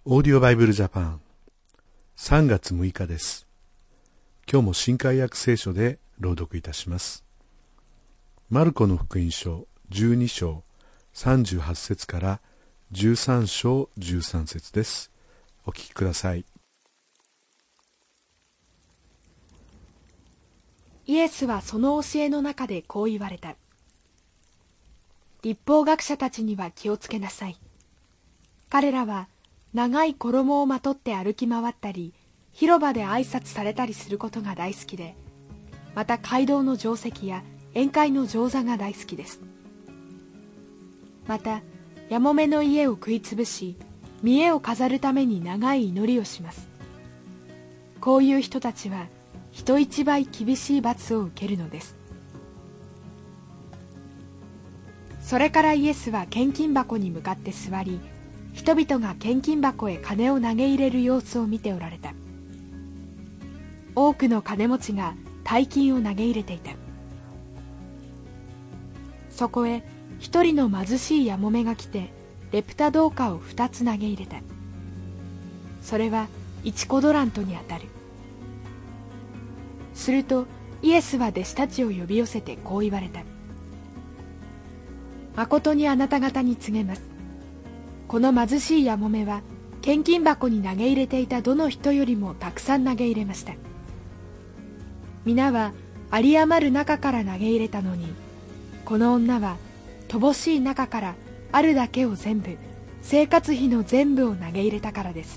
オーディオバイブルジャパン3月6日です。今日も新海訳聖書で朗読いたします。マルコの福音書12章38節から13章13節です。お聞きください。 イエスはその教えの中でこう言われた。律法学者たちには気をつけなさい。彼らは長い衣をまとって歩き回ったり、広場で挨拶されたりすることが大好きで、また街道の定石や宴会の上座が大好きです。またやもめの家を食いつぶし、見栄を飾るために長い祈りをします。こういう人たちは人一倍厳しい罰を受けるのです。それからイエスは献金箱に向かって座り、人々が献金箱へ金を投げ入れる様子を見ておられた。多くの金持ちが大金を投げ入れていた。そこへ一人の貧しいやもめが来て、レプタ銅貨を2つ投げ入れた。それは1コドラントにあたる。するとイエスは弟子たちを呼び寄せてこう言われた。誠にあなた方に告げます。この貧しいやもめは献金箱に投げ入れていたどの人よりもたくさん投げ入れました。皆は有り余る中から投げ入れたのに、この女は乏しい中からあるだけを全部、生活費の全部を投げ入れたからです。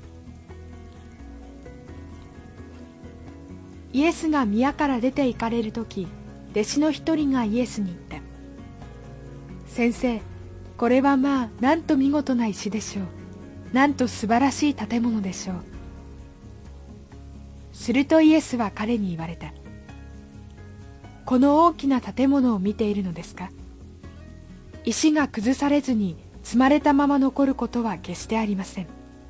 イエスが宮から出て行かれるとき、弟子の一人がイエスに言った。先生、これはなんと見事な石でしょう。なんと素晴らしい建物でしょう。するとイエスは彼に言われた。この大きな建物を見ているのですか。石が崩されずに積まれたまま残ることは決してありません。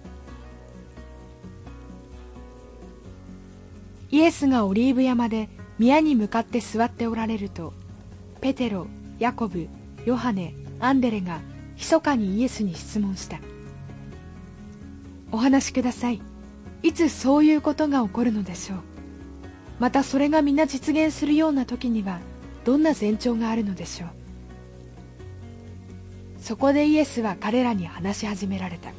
イエスがオリーブ山で宮に向かって座っておられると、ペテロ、ヤコブ、ヨハネ、アンデレが密かにイエスに質問した。お話しください。いつそういうことが起こるのでしょう。またそれが皆実現するような時にはどんな前兆があるのでしょう。そこでイエスは彼らに話し始められた。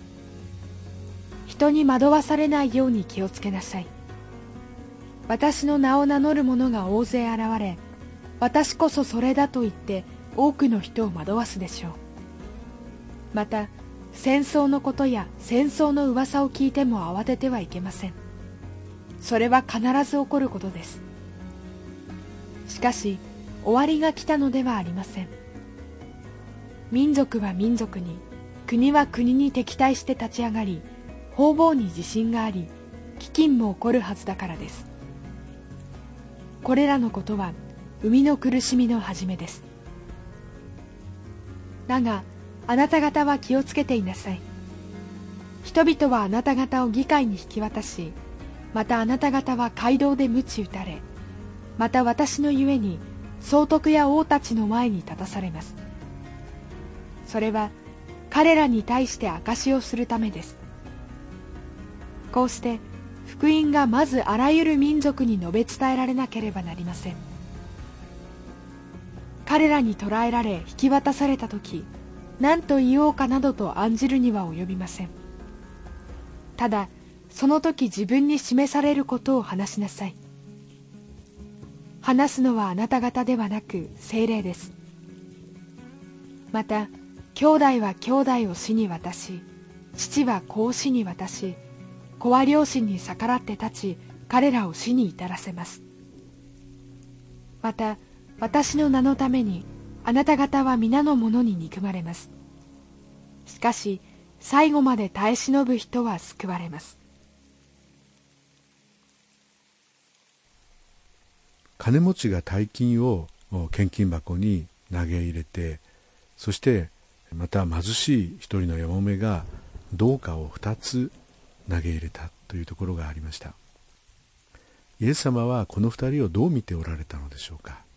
人に惑わされないように気をつけなさい。私の名を名乗る者が大勢現れ、私こそそれだと言って多くの人を惑わすでしょう。また戦争のことや戦争の噂を聞いても慌ててはいけません。それは必ず起こることです。しかし終わりが来たのではありません。民族は民族に、国は国に敵対して立ち上がり、方々に地震があり、飢饉も起こるはずだからです。これらのことは生みの苦しみの始めです。だがあなた方は気をつけていなさい。人々はあなた方を議会に引き渡し、またあなた方は街道で鞭打たれ、また私のゆえに総督や王たちの前に立たされます。それは彼らに対して証しをするためです。こうして福音がまずあらゆる民族に述べ伝えられなければなりません。彼らに捕らえられ引き渡されたとき、何と言おうかなどと案じるには及びません。ただその時自分に示されることを話しなさい。話すのはあなた方ではなく聖霊です。また兄弟は兄弟を死に渡し、父は子を死に渡し、子は両親に逆らって立ち、彼らを死に至らせます。また私の名のためにあなた方は皆の者に憎まれます。しかし最後まで耐え忍ぶ人は救われます。 金持ちが大金を献金箱に投げ入れて、そしてまた貧しい一人のやもめが銅貨を2つ投げ入れたというところがありました。イエス様はこの2人をどう見ておられたのでしょうか。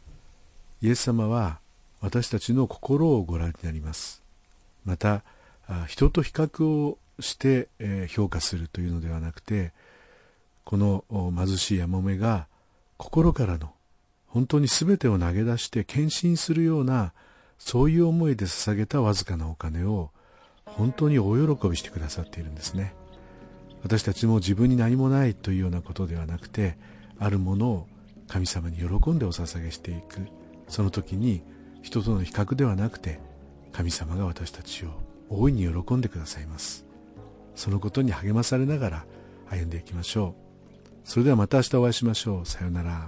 イエス様は私たちの心をご覧になります。また人と比較をして、評価するというのではなくて、この貧しいやもめが心からの本当に全てを投げ出して献身するような、そういう思いで捧げたわずかなお金を本当に大喜びしてくださっているんですね。私たちも自分に何もないというようなことではなくて、あるものを神様に喜んでお捧げしていく。その時に人との比較ではなくて、神様が私たちを大いに喜んでくださいます。そのことに励まされながら歩んでいきましょう。それではまた明日お会いしましょう。さようなら。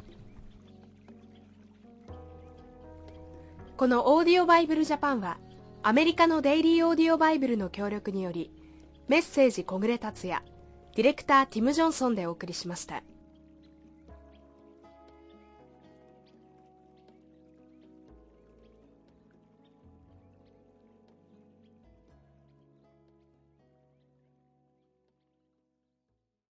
このオーディオバイブルジャパンはアメリカのデイリーオーディオバイブルの協力により、メッセージ小暮達也、ディレクターティム・ジョンソンでお送りしました。